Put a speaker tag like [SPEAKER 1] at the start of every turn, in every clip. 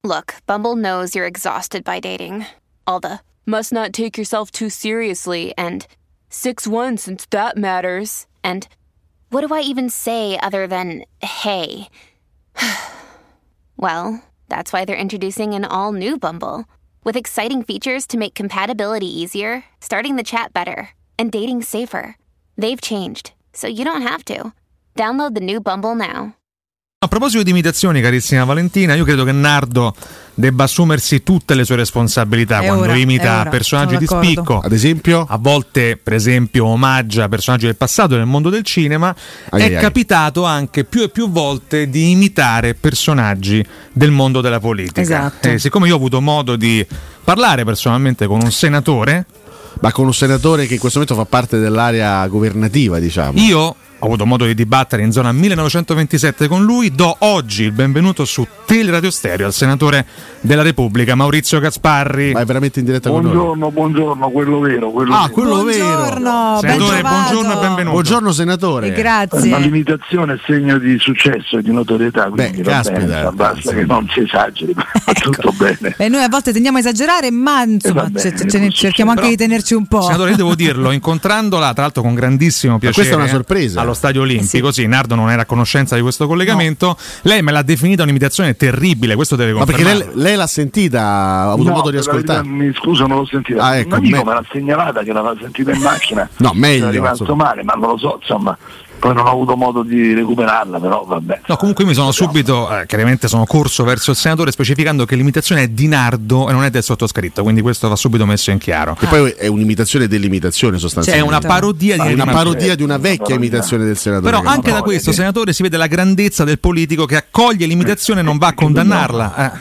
[SPEAKER 1] Look, Bumble knows you're exhausted by dating. All the must not take yourself too seriously and 6'1" since that matters. And what do I even say other than hey? Well, that's why they're introducing an all-new Bumble with exciting features to make compatibility easier, starting the chat better, and dating safer. They've changed, so you don't have to. Download the new Bumble now.
[SPEAKER 2] A proposito di imitazioni, carissima Valentina, io credo che Nardo debba assumersi tutte le sue responsabilità quando imita personaggi di spicco. Ad esempio, a volte, per esempio, omaggia personaggi del passato nel mondo del cinema. È capitato anche più e più volte di imitare personaggi del mondo della politica.
[SPEAKER 3] Esatto.
[SPEAKER 2] Siccome io ho avuto modo di parlare personalmente con un senatore,
[SPEAKER 4] ma con un senatore che in questo momento fa parte dell'area governativa, diciamo.
[SPEAKER 2] Io ho avuto modo di dibattere in zona 1927 con lui. Do oggi il benvenuto su Teleradio Stereo al senatore della Repubblica Maurizio Gasparri.
[SPEAKER 4] Ma è veramente in diretta con noi.
[SPEAKER 5] Buongiorno, quello vero.
[SPEAKER 4] Quello vero.
[SPEAKER 2] Senatore, buongiorno e benvenuto.
[SPEAKER 4] Buongiorno senatore.
[SPEAKER 3] Grazie.
[SPEAKER 5] Ma l'imitazione è segno di successo e di notorietà, quindi
[SPEAKER 4] caspita,
[SPEAKER 5] basta che non si esageri, tutto bene.
[SPEAKER 3] E noi a volte tendiamo a esagerare, ma insomma cerchiamo anche di tenerci un po'.
[SPEAKER 2] Senatore, io devo dirlo, incontrandola tra l'altro con grandissimo piacere.
[SPEAKER 4] Ma questa è una sorpresa.
[SPEAKER 2] Allo Stadio Olimpico, sì, Nardo non era a conoscenza di questo collegamento. Lei me l'ha definita un'imitazione terribile, questo deve confermare.
[SPEAKER 4] Ma perché lei l'ha sentita, ha avuto modo di ascoltare?
[SPEAKER 5] Mi scuso, non l'ho sentita.
[SPEAKER 4] Ecco,
[SPEAKER 5] un amico me l'ha segnalata che l'aveva sentita in macchina.
[SPEAKER 4] No, meglio.
[SPEAKER 5] È rimasto male, ma non lo so, insomma. Poi non ho avuto modo di recuperarla, però vabbè.
[SPEAKER 2] No, comunque mi sono subito, chiaramente sono corso verso il senatore specificando che l'imitazione è di Nardo e non è del sottoscritto, quindi questo va subito messo in chiaro.
[SPEAKER 4] E poi è un'imitazione dell'imitazione sostanzialmente.
[SPEAKER 2] È una parodia di
[SPEAKER 4] una parodia di una vecchia imitazione del senatore.
[SPEAKER 2] Però anche da questo, senatore, si vede la grandezza del politico che accoglie l'imitazione e non va a condannarla.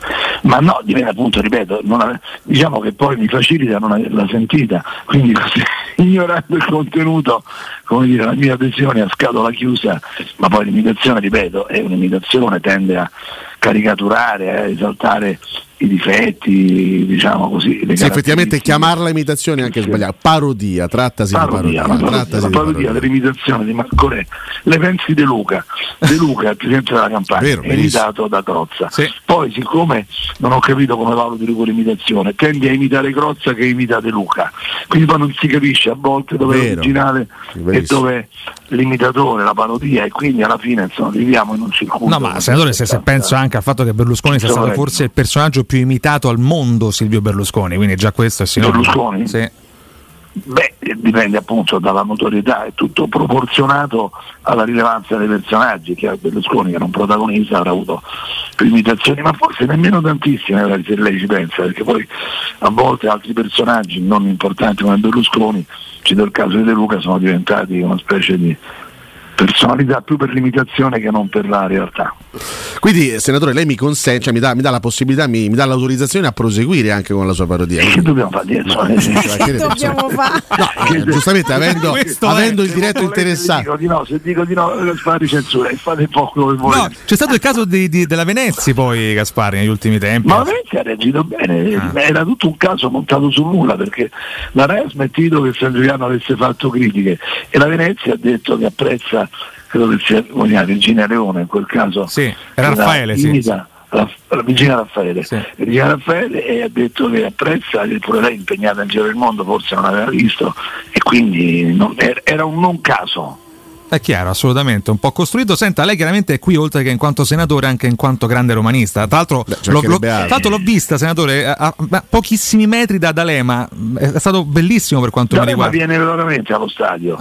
[SPEAKER 5] Ma no, dipende appunto, ripeto, diciamo che poi mi facilita non averla sentita, quindi così, ignorando il contenuto, come dire, la mia adesione a scatola chiusa, ma poi l'imitazione, ripeto, è un'imitazione, tende a caricaturare, a esaltare i difetti, diciamo così.
[SPEAKER 4] Sì, effettivamente chiamarla imitazione è anche sbagliato. Parodia, trattasi di parodia.
[SPEAKER 5] Dell'imitazione di Marco Re. Le pensi De Luca? De Luca è il presidente della Campania, è imitato da Crozza.
[SPEAKER 2] Sì.
[SPEAKER 5] Poi, siccome non ho capito come valuti l'imitazione, tendi a imitare Crozza che imita De Luca. Quindi poi non si capisce a volte dove è l'originale e dove è l'imitatore, la parodia, e quindi alla fine insomma viviamo in un circuito.
[SPEAKER 2] No, ma senatore, se penso anche al fatto che Berlusconi sia stato forse il personaggio più imitato al mondo, Silvio Berlusconi, quindi già questo è sinonimo.
[SPEAKER 5] Berlusconi?
[SPEAKER 2] Sì.
[SPEAKER 5] Beh, dipende appunto dalla notorietà, è tutto proporzionato alla rilevanza dei personaggi. Che Berlusconi, che era un protagonista, avrà avuto più imitazioni, ma forse nemmeno tantissime, se lei ci pensa, perché poi a volte altri personaggi non importanti come Berlusconi, cito il caso di De Luca, sono diventati una specie di personalità più per l'imitazione che non per la realtà.
[SPEAKER 4] Quindi, senatore, lei mi consente, cioè mi dà la possibilità, mi dà l'autorizzazione a proseguire anche con la sua parodia.
[SPEAKER 5] Che dobbiamo fare?
[SPEAKER 3] Che dobbiamo fare?
[SPEAKER 4] No, giustamente avendo il diretto interessato.
[SPEAKER 5] Se dico di no, fate censura e fate poco come volete.
[SPEAKER 2] No, c'è stato il caso della Venezia poi, Gasparri, negli ultimi tempi.
[SPEAKER 5] Ma la Venezia ha reagito bene, era tutto un caso montato su nulla, perché la Rai ha smettito che San Giuliano avesse fatto critiche e la Venezia ha detto che apprezza, credo che sia Virginia Leone in quel caso.
[SPEAKER 2] Sì, Raffaele,
[SPEAKER 5] la Virginia Raffaele.
[SPEAKER 2] Sì.
[SPEAKER 5] Virginia Raffaele, e ha detto che apprezza, che pure lei impegnata in giro del mondo forse non aveva visto, e quindi era un non caso.
[SPEAKER 2] È chiaro, assolutamente, un po' costruito. Senta, lei chiaramente è qui oltre che in quanto senatore anche in quanto grande romanista. Tra l'altro l'ho vista, senatore, a pochissimi metri da D'Alema. È stato bellissimo per quanto mi riguarda.
[SPEAKER 5] Viene veramente allo stadio,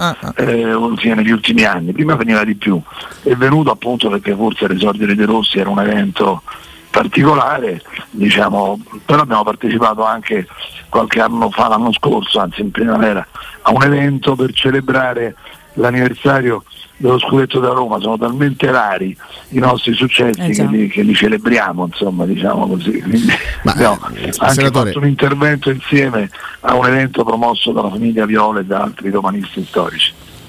[SPEAKER 5] negli ultimi anni, prima veniva di più, è venuto appunto perché forse l'esordio dei Rossi era un evento particolare, diciamo, però abbiamo partecipato anche qualche anno fa, l'anno scorso, anzi in primavera, a un evento per celebrare l'anniversario dello scudetto da Roma. Sono talmente rari i nostri successi che li celebriamo, insomma, diciamo così. Quindi abbiamo anche fatto un intervento insieme a un evento promosso dalla famiglia Viola e da altri romanisti storici.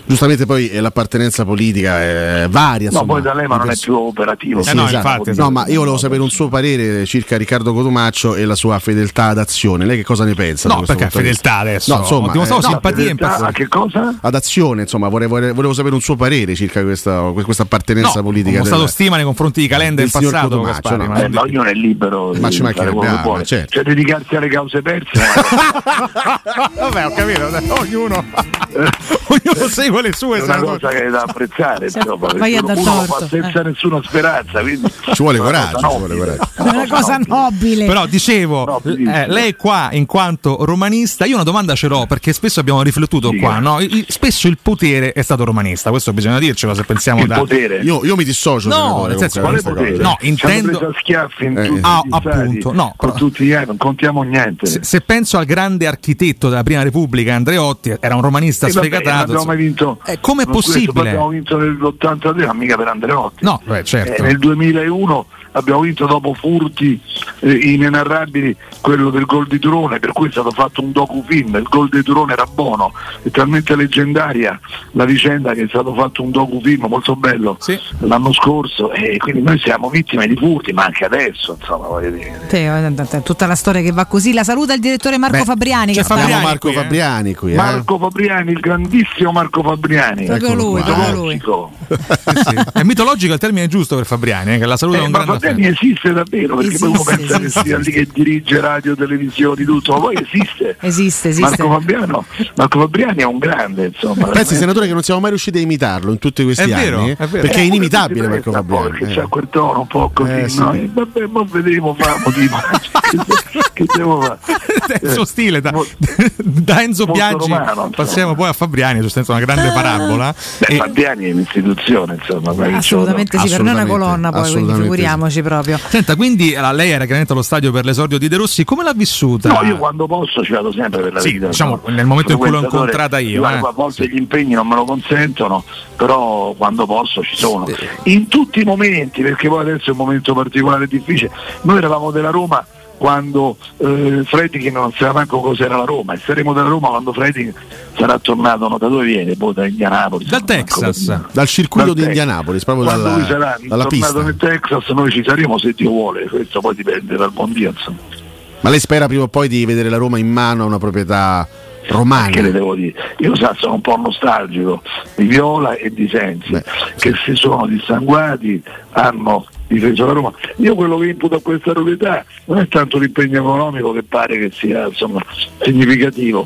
[SPEAKER 4] Giustamente poi l'appartenenza politica varia.
[SPEAKER 5] No, poi D'Alema non è più operativo.
[SPEAKER 2] No, infatti,
[SPEAKER 4] no, ma io volevo sapere un suo parere circa Riccardo Cotumaccio e la sua fedeltà ad Azione. Lei che cosa ne pensa?
[SPEAKER 2] No, perché fedeltà adesso?
[SPEAKER 4] No, insomma,
[SPEAKER 2] simpatia in passato.
[SPEAKER 5] A che cosa?
[SPEAKER 4] Ad Azione, insomma, volevo sapere un suo parere circa questa appartenenza politica.
[SPEAKER 2] Ho stato stima nei confronti di Calenda in passato.
[SPEAKER 5] Ma ognuno è libero.
[SPEAKER 4] Ma ci mancherebbe, certo.
[SPEAKER 5] Cioè dedicarsi alle cause perse.
[SPEAKER 2] Vabbè, ho capito, ognuno segue le sue.
[SPEAKER 5] È una cosa che è da apprezzare, insomma, uno fa senza nessuna speranza, quindi
[SPEAKER 4] ci vuole coraggio,
[SPEAKER 3] è una cosa nobile.
[SPEAKER 2] Però dicevo, lei qua in quanto romanista, io una domanda ce l'ho, perché spesso abbiamo riflettuto qua, no? Spesso il potere è stato romanista, questo bisogna dircelo se pensiamo
[SPEAKER 5] potere.
[SPEAKER 4] Io mi dissocio.
[SPEAKER 2] No, nel senso,
[SPEAKER 5] no,
[SPEAKER 2] intendo
[SPEAKER 5] schiaffi in tutti
[SPEAKER 2] appunto, no,
[SPEAKER 5] con tutti gli anni, non contiamo niente.
[SPEAKER 2] Se penso al grande architetto della Prima Repubblica, Andreotti, era un romanista sfegatato.
[SPEAKER 5] Abbiamo mai vinto.
[SPEAKER 2] Com'è possibile?
[SPEAKER 5] Abbiamo vinto nell'83, ma mica per Andreotti.
[SPEAKER 2] No, certo.
[SPEAKER 5] Nel 2001 abbiamo vinto dopo furti inenarrabili quello del gol di Turone, per cui è stato fatto un docufilm. Il gol di Turone era buono, è talmente leggendaria la vicenda che è stato fatto un docufilm molto bello l'anno scorso, e quindi noi siamo vittime di furti, ma anche adesso, insomma, voglio dire.
[SPEAKER 3] Tutta la storia che va così. La saluta il direttore Marco Fabriani.
[SPEAKER 4] Marco Fabriani qui.
[SPEAKER 5] Marco Fabriani, il grandissimo Marco Fabriani.
[SPEAKER 3] Proprio lui.
[SPEAKER 2] È mitologico il termine giusto per Fabriani, che la saluta un grande
[SPEAKER 5] Fabriani esiste davvero, perché poi uno pensa che sia lì che dirige radio, televisioni, tutto, ma poi esiste. Marco Fabriani è un grande, insomma.
[SPEAKER 4] Pensi, senatore, che non siamo mai riusciti a imitarlo in tutti questi anni? Perché è inimitabile Marco Fabriani.
[SPEAKER 5] Perché c'ha quel tono un po' così, no? Vabbè, ma vedremo, che devo fare?
[SPEAKER 2] È il suo stile, da Enzo Biaggi romano, passiamo poi a Fabriani, giustamente una grande parabola.
[SPEAKER 5] Fabriani è un'istituzione, insomma.
[SPEAKER 3] Assolutamente sì, per noi è una colonna, poi, quindi figuriamoci proprio.
[SPEAKER 2] Senta, quindi lei era chiaramente allo stadio per l'esordio di De Rossi, come l'ha vissuta?
[SPEAKER 5] No, io quando posso ci vado sempre per la verità.
[SPEAKER 2] Diciamo, nel momento in cui l'ho incontrata io.
[SPEAKER 5] A volte gli impegni non me lo consentono, però quando posso ci sono. In tutti i momenti, perché poi adesso è un momento particolare e difficile. Noi eravamo della Roma quando Friedkin non sapeva manco cos'era la Roma, e saremo della Roma quando Friedkin sarà tornato, da dove viene? Da Indianapolis,
[SPEAKER 2] dal Texas,
[SPEAKER 4] dal circuito di Indianapolis, proprio
[SPEAKER 5] quando lui sarà
[SPEAKER 4] dalla pista.
[SPEAKER 5] Tornato nel Texas, noi ci saremo se Dio vuole, questo poi dipende dal buon Dio, insomma.
[SPEAKER 4] Ma lei spera prima o poi di vedere la Roma in mano a una proprietà romana?
[SPEAKER 5] Che le devo dire? Io sono un po' nostalgico di Viola e di Sensi, che si sono dissanguati, hanno difeso la Roma. Io quello che imputo a questa proprietà non è tanto l'impegno economico, che pare che sia, insomma, significativo,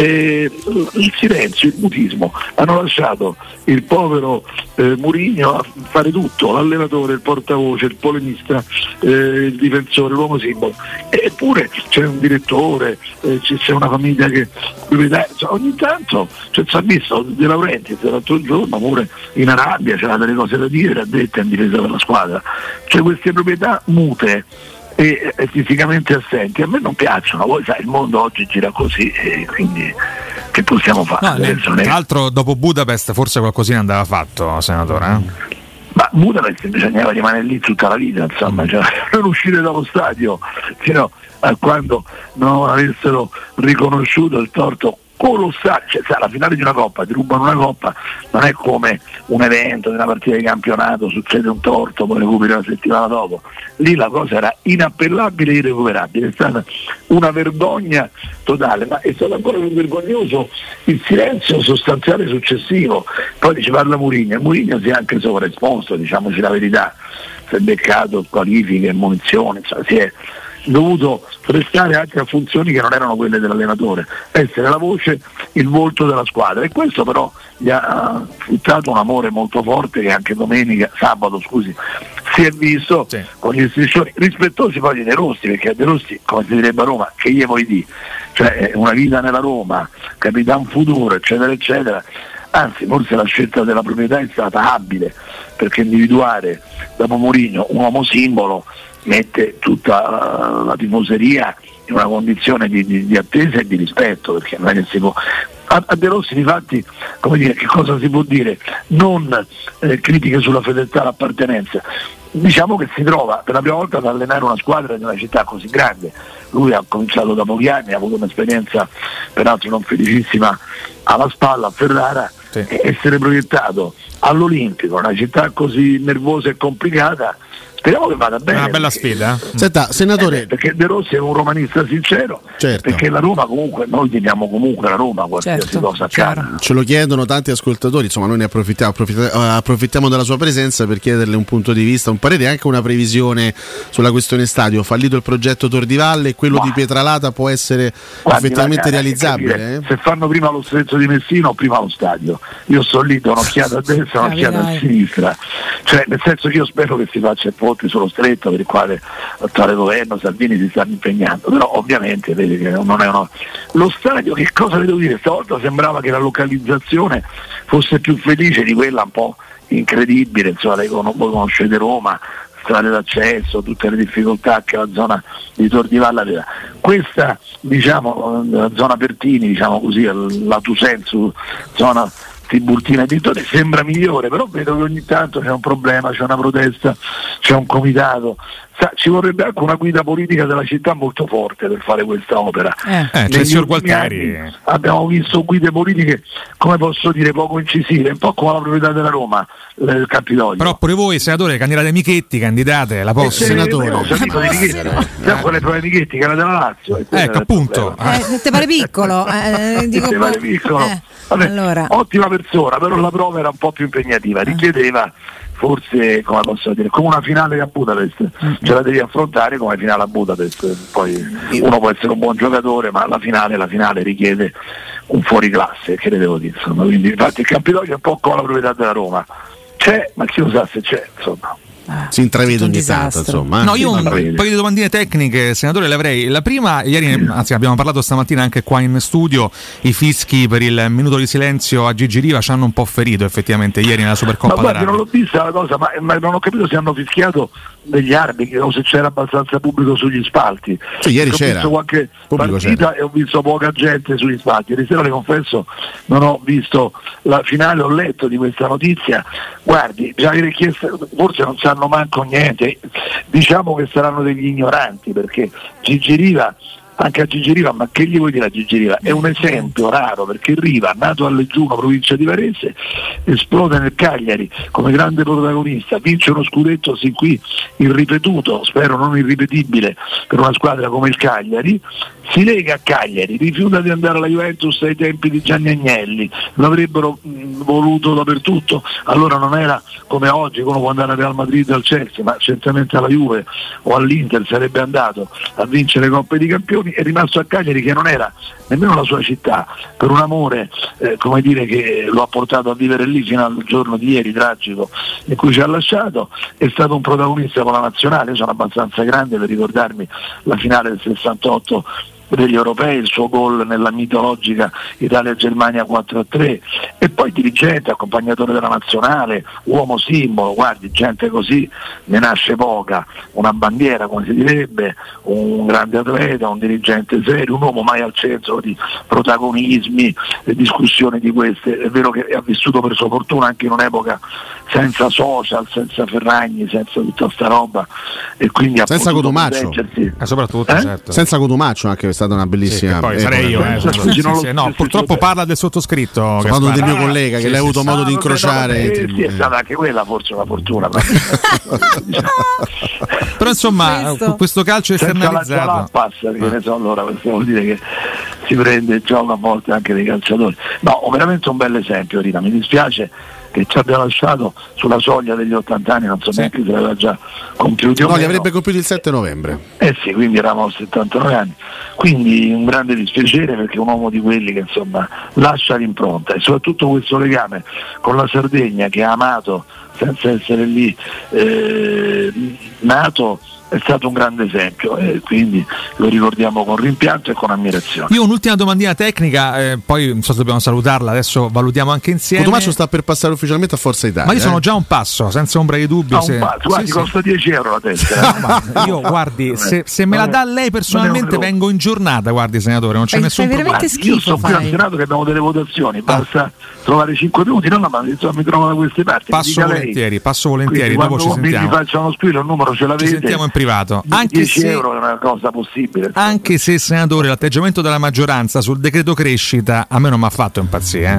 [SPEAKER 5] il silenzio, il mutismo. Hanno lasciato il povero Mourinho a fare tutto, l'allenatore, il portavoce, il polemista, il difensore, l'uomo simbolo, eppure c'è un direttore, c'è una famiglia che ogni tanto, si è visto De Laurentiis l'altro giorno pure in Arabia, c'era delle cose da dire, ha detto in difesa della squadra. Cioè queste proprietà mute e fisicamente assenti a me non piacciono. Poi sai, il mondo oggi gira così, e quindi che possiamo fare?
[SPEAKER 2] Tra l'altro dopo Budapest forse qualcosina andava fatto, senatore?
[SPEAKER 5] Ma Budapest bisognava rimanere lì tutta la vita, insomma, cioè, non uscire dallo stadio fino a quando non avessero riconosciuto il torto colossale. Cioè, alla finale di una coppa ti rubano una coppa, non è come un evento di una partita di campionato, succede un torto, poi recuperi una settimana dopo. Lì la cosa era inappellabile e irrecuperabile, è stata una vergogna totale, ma è stato ancora più vergognoso il silenzio sostanziale successivo. Poi ci parla Mourinho si è anche sovraesposto, diciamoci la verità, si è beccato qualifiche e munizioni, cioè, si è dovuto prestare anche a funzioni che non erano quelle dell'allenatore, essere la voce, il volto della squadra, e questo però gli ha fruttato un amore molto forte che anche sabato si è visto con gli striscioni rispettosi poi di De Rossi, perché a De Rossi, come si direbbe a Roma, che gli vuoi dire, cioè una vita nella Roma, capitan futuro, eccetera eccetera. Anzi, forse la scelta della proprietà è stata abile, perché individuare dopo Mourinho un uomo simbolo mette tutta la tifoseria in una condizione di attesa e di rispetto, perché non è che si può. A De Rossi difatti, come dire, che cosa si può dire? Non critiche sulla fedeltà all'appartenenza. Diciamo che si trova per la prima volta ad allenare una squadra di una città così grande. Lui ha cominciato da pochi anni, ha avuto un'esperienza peraltro non felicissima alla spalla a Ferrara, essere proiettato all'Olimpico, una città così nervosa e complicata. Speriamo che vada bene.
[SPEAKER 2] È una bella sfida.
[SPEAKER 4] Senta, senatore.
[SPEAKER 5] Perché De Rossi è un romanista sincero.
[SPEAKER 4] Certo.
[SPEAKER 5] Perché la Roma comunque, noi teniamo comunque la Roma, qualsiasi cosa accada.
[SPEAKER 4] Ce lo chiedono tanti ascoltatori, insomma noi ne approfittiamo della sua presenza per chiederle un punto di vista, un parere e anche una previsione sulla questione stadio. Fallito il progetto Tor di Valle, quello di Pietralata può essere effettivamente realizzabile?
[SPEAKER 5] Se fanno prima lo Stretto di Messina o prima lo stadio. Io sto lì, do un'occhiata a destra, un'occhiata a sinistra. Cioè, nel senso che io spero che si faccia il ponte sullo Stretto, per il quale l'attuale governo, Salvini si stanno impegnando, però ovviamente vedi che non è lo stadio. Che cosa vi devo dire? Stavolta sembrava che la localizzazione fosse più felice di quella un po' incredibile, insomma, voi conoscete Roma, strade d'accesso, tutte le difficoltà che la zona di Tor di Valle aveva. Questa, diciamo, la zona Pertini, diciamo così, lato sensu, zona Tiburtina e dintorni, sembra migliore, però vedo che ogni tanto c'è un problema, c'è una protesta, c'è un comitato. Ci vorrebbe anche una guida politica della città molto forte per fare questa opera.
[SPEAKER 2] C'è il signor Gualtieri.
[SPEAKER 5] Abbiamo visto guide politiche, come posso dire, poco incisive, un po' come la proprietà della Roma, il Campidoglio.
[SPEAKER 2] Però pure voi, senatore, candidate Michetti, candidate la posta.
[SPEAKER 5] Senatore, quelle proprie Michetti che era della Lazio.
[SPEAKER 2] Ecco, appunto.
[SPEAKER 3] Te pare piccolo?
[SPEAKER 5] Te pare piccolo? Vabbè, allora. Ottima persona, però la prova era un po' più impegnativa, richiedeva forse, come posso dire, come una finale a Budapest, ce la devi affrontare come finale a Budapest. Poi uno può essere un buon giocatore, ma la finale richiede un fuoriclasse, che ne devo dire, insomma. Quindi infatti il Campidoglio è un po' come la proprietà della Roma, c'è, ma chi lo sa se c'è, insomma.
[SPEAKER 4] Si intravede ogni tanto, insomma.
[SPEAKER 2] No, io un paio di domandine tecniche, senatore, le avrei. La prima, ieri, anzi abbiamo parlato stamattina anche qua in studio, i fischi per il minuto di silenzio a Gigi Riva ci hanno un po' ferito effettivamente ieri nella Supercoppa.
[SPEAKER 5] Ma guardi, non l'ho vista la cosa, ma non ho capito se hanno fischiato degli arbitri o se c'era abbastanza pubblico sugli spalti.
[SPEAKER 4] Sì, ieri c'era.
[SPEAKER 5] Ho visto qualche partita e ho visto poca gente sugli spalti. Ieri sera, le confesso, non ho visto la finale, ho letto di questa notizia. Guardi, bisogna aver chiesto, forse non sanno manco niente, diciamo che saranno degli ignoranti, perché Gigi Riva, anche a Gigi Riva, ma che gli vuoi dire a Gigi Riva? È un esempio raro, perché Riva, nato a Leggiuno, provincia di Varese, esplode nel Cagliari come grande protagonista, vince uno scudetto sin qui irripetuto, spero non irripetibile per una squadra come il Cagliari, si lega a Cagliari, rifiuta di andare alla Juventus ai tempi di Gianni Agnelli, l'avrebbero voluto dappertutto, allora non era come oggi, uno può andare al Real Madrid, al Chelsea, ma certamente alla Juve o all'Inter sarebbe andato a vincere Coppe di Campioni. È rimasto a Cagliari, che non era nemmeno la sua città, per un amore come dire, che lo ha portato a vivere lì fino al giorno di ieri tragico in cui ci ha lasciato. È stato un protagonista con la nazionale, io sono abbastanza grande per ricordarmi la finale del 68 degli europei, il suo gol nella mitologica Italia-Germania 4-3, e poi dirigente, accompagnatore della nazionale, uomo simbolo. Guardi, gente così ne nasce poca, una bandiera, come si direbbe, un grande atleta, un dirigente serio, un uomo mai al centro di protagonismi e discussioni di queste. È vero che ha vissuto per sua fortuna anche in un'epoca senza social, senza Ferragni, senza tutta sta roba, e quindi
[SPEAKER 4] senza Cotumaccio,
[SPEAKER 2] soprattutto certo.
[SPEAKER 4] Senza Cotumaccio, anche è stata una bellissima.
[SPEAKER 2] Sì, poi sarei io, no, purtroppo parla del sottoscritto.
[SPEAKER 4] Parlando del mio collega che l'hai avuto modo di incrociare.
[SPEAKER 5] Sì, è stata anche quella forse una fortuna.
[SPEAKER 2] Però insomma, questo calcio esternalizzato.
[SPEAKER 5] Passa, che ne so, allora questo vuol dire che si prende il gioco a volte anche dei calciatori. No, veramente un bel esempio, Rita. Mi dispiace che ci abbia lasciato sulla soglia degli 80 anni, non so neanche se l'aveva già compiuti.
[SPEAKER 4] No, li avrebbe compiuti il 7 novembre.
[SPEAKER 5] Sì, quindi eravamo a 79 anni. Quindi un grande dispiacere, perché è un uomo di quelli che insomma lascia l'impronta, e soprattutto questo legame con la Sardegna che ha amato senza essere lì nato, è stato un grande esempio, e quindi lo ricordiamo con rimpianto e con ammirazione.
[SPEAKER 2] Io un'ultima domandina tecnica, poi non so se dobbiamo salutarla, adesso valutiamo anche insieme.
[SPEAKER 4] Cotumaccio sta per passare ufficialmente a Forza Italia.
[SPEAKER 2] Ma io sono già un passo, senza ombra di dubbio.
[SPEAKER 5] Guardi, costa 10 euro la testa.
[SPEAKER 2] Io guardi, se me la dà lei personalmente vengo in giornata, guardi senatore, non c'è nessun problema.
[SPEAKER 5] Io sto qui al Senato che abbiamo delle votazioni, basta trovare 5 minuti, no, ma insomma, mi trovo da queste parti.
[SPEAKER 2] Passo volentieri,
[SPEAKER 5] quindi,
[SPEAKER 2] dopo ci sentiamo.
[SPEAKER 5] Mi faccia uno squillo, il numero ce l'avete.
[SPEAKER 2] Ci sentiamo in privato.
[SPEAKER 5] Anche 10 euro è una cosa possibile.
[SPEAKER 2] Anche se, senatore, l'atteggiamento della maggioranza sul decreto crescita a me non mi ha fatto impazzire.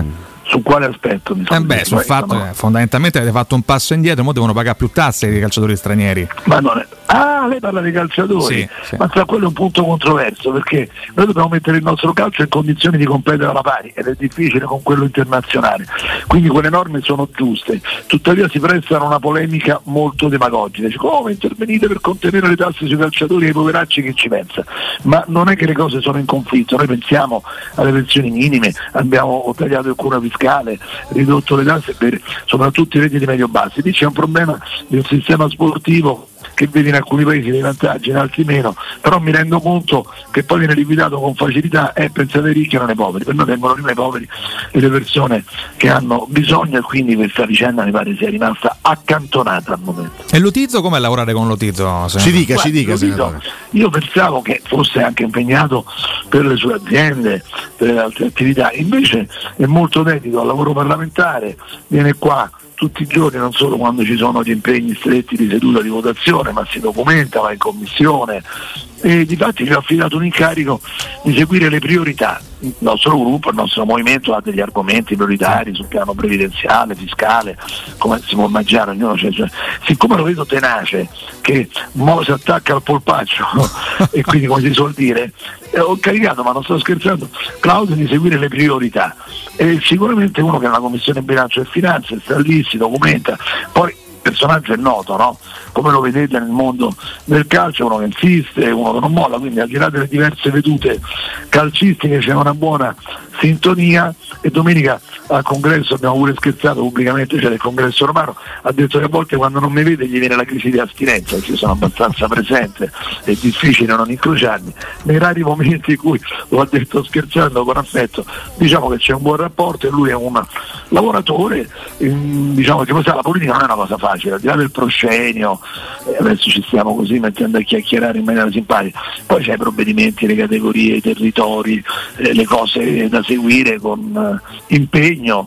[SPEAKER 5] Su quale aspetto?
[SPEAKER 2] Sul fatto che fondamentalmente avete fatto un passo indietro, ora devono pagare più tasse i calciatori stranieri.
[SPEAKER 5] Ma non è... lei parla dei calciatori,
[SPEAKER 2] sì.
[SPEAKER 5] Ma quello è un punto controverso, perché noi dobbiamo mettere il nostro calcio in condizioni di competere alla pari ed è difficile con quello internazionale, quindi quelle norme sono giuste, tuttavia si prestano a una polemica molto demagogica, dice come intervenite per contenere le tasse sui calciatori e ai poveracci, che ci pensa? Ma non è che le cose sono in conflitto, noi pensiamo alle pensioni minime, abbiamo tagliato il cuneo fiscale, ridotto le tasse per soprattutto i redditi medio-bassi, lì c'è un problema di un sistema sportivo che vede in alcuni paesi dei vantaggi, in altri meno, però mi rendo conto che poi viene liquidato con facilità pensate ai ricchi e non ai poveri. Per noi vengono prima i poveri e le persone che hanno bisogno, e quindi questa vicenda mi pare sia rimasta accantonata al momento.
[SPEAKER 2] E Lotizzo, com'è lavorare con Lotizzo?
[SPEAKER 4] Ci dica,
[SPEAKER 5] Lotizzo, io pensavo che fosse anche impegnato per le sue aziende, per le altre attività, invece è molto dedito al lavoro parlamentare, viene qua tutti i giorni, non solo quando ci sono gli impegni stretti di seduta di votazione, ma si documenta, va in commissione, e difatti gli ho affidato un incarico di seguire le priorità. Il nostro gruppo, il nostro movimento ha degli argomenti prioritari sul piano previdenziale, fiscale, come si può immaginare, ognuno siccome lo vedo tenace, che mo si attacca al polpaccio e quindi, come si suol dire, ho caricato, ma non sto scherzando, Claudio, di seguire le priorità, e sicuramente uno che nella commissione bilancio e finanze sta lì, si documenta, poi il personaggio è noto, no? Come lo vedete nel mondo del calcio, uno che insiste, uno che non molla, quindi al di là delle diverse vedute calcistiche c'è una buona sintonia, e domenica al congresso abbiamo pure scherzato pubblicamente, c'era il congresso romano, ha detto che a volte quando non mi vede gli viene la crisi di astinenza, perché io sono abbastanza presente, è difficile non incrociarmi, nei rari momenti in cui lo ha detto scherzando con affetto, diciamo che c'è un buon rapporto e lui è un lavoratore, diciamo che la politica non è una cosa facile, al di là del proscenio, adesso ci stiamo così mettendo a chiacchierare in maniera simpatica, poi c'è i provvedimenti, le categorie, i territori, le cose da seguire con impegno,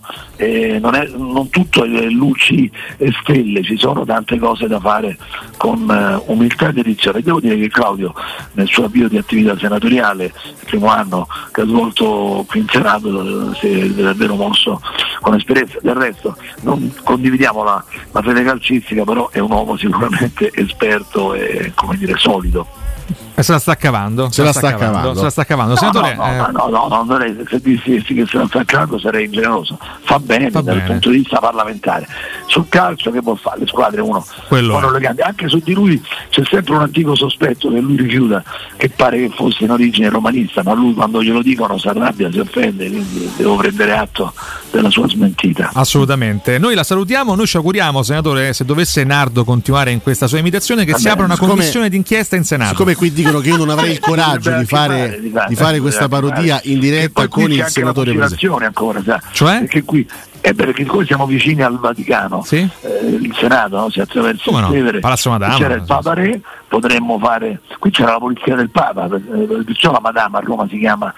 [SPEAKER 5] non tutto è luci e stelle, ci sono tante cose da fare con umiltà e dedizione. Devo dire che Claudio nel suo avvio di attività senatoriale, il primo anno che ha svolto qui in Senato, si è davvero mosso con esperienza. Del resto non condividiamo la fede calcistica, però è un uomo sicuramente esperto e, come dire, solido.
[SPEAKER 2] E se la sta cavando.
[SPEAKER 4] Se la sta cavando.
[SPEAKER 2] Senatore,
[SPEAKER 5] non dovrei, se dissi che se la sta cavando sarei ingeneroso. Fa bene dal punto di vista parlamentare. Sul calcio che può fare? Le squadre uno le cambia. Anche su di lui c'è sempre un antico sospetto che lui rifiuta, che pare che fosse in origine romanista, ma lui quando glielo dicono si arrabbia, si offende, quindi devo prendere atto della sua smentita.
[SPEAKER 2] Assolutamente. Noi la salutiamo, noi ci auguriamo, senatore, se dovesse Nardo continuare in questa sua imitazione, che si apra una commissione d'inchiesta in Senato.
[SPEAKER 4] Siccome qui dicono che io non avrei il coraggio di fare questa parodia in diretta con il senatore presente.
[SPEAKER 5] Ancora,
[SPEAKER 2] cioè?
[SPEAKER 5] Perché qui perché noi siamo vicini al Vaticano,
[SPEAKER 2] sì?
[SPEAKER 5] Il Senato, no? Si attraversa il Tevere,
[SPEAKER 2] Palazzo Madama,
[SPEAKER 5] c'era il Papa Re, potremmo fare, qui c'era la polizia del Papa, perciò la Madama, a Roma si chiama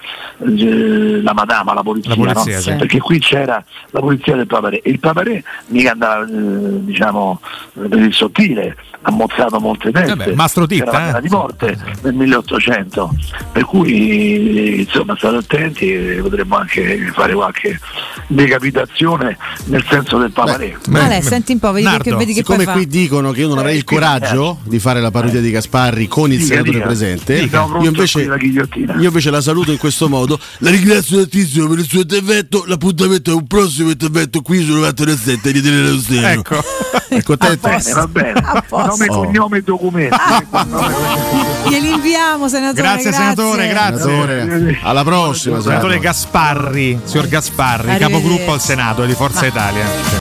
[SPEAKER 5] la Madama, la polizia no?
[SPEAKER 2] Sì.
[SPEAKER 5] Perché qui c'era la polizia del Papa Re, e il Papa Re mica andava diciamo per il sottile, ha mozzato molte teste,
[SPEAKER 2] Mastro Titta,
[SPEAKER 5] c'era la pena di morte nel 1800, per cui insomma state attenti, potremmo anche fare qualche decapitazione nel senso del Papa Re.
[SPEAKER 3] Senti un po', vedi che
[SPEAKER 4] siccome
[SPEAKER 3] poi
[SPEAKER 4] qui dicono che io non avrei il coraggio di fare la parodia di Gasparri con il senatore presente, io invece la saluto in questo modo: la ringrazio tantissimo per il suo intervento, l'appuntamento è un prossimo intervento qui su 97 di Teleradio Stereo.
[SPEAKER 2] Ecco.
[SPEAKER 4] È contento?
[SPEAKER 5] Va bene. Nome, cognome e documenti.
[SPEAKER 3] Glieli inviamo, senatore.
[SPEAKER 2] Grazie, senatore, grazie.
[SPEAKER 4] Alla prossima,
[SPEAKER 2] senatore Gasparri, signor Gasparri, capogruppo al Senato di Forza Italia.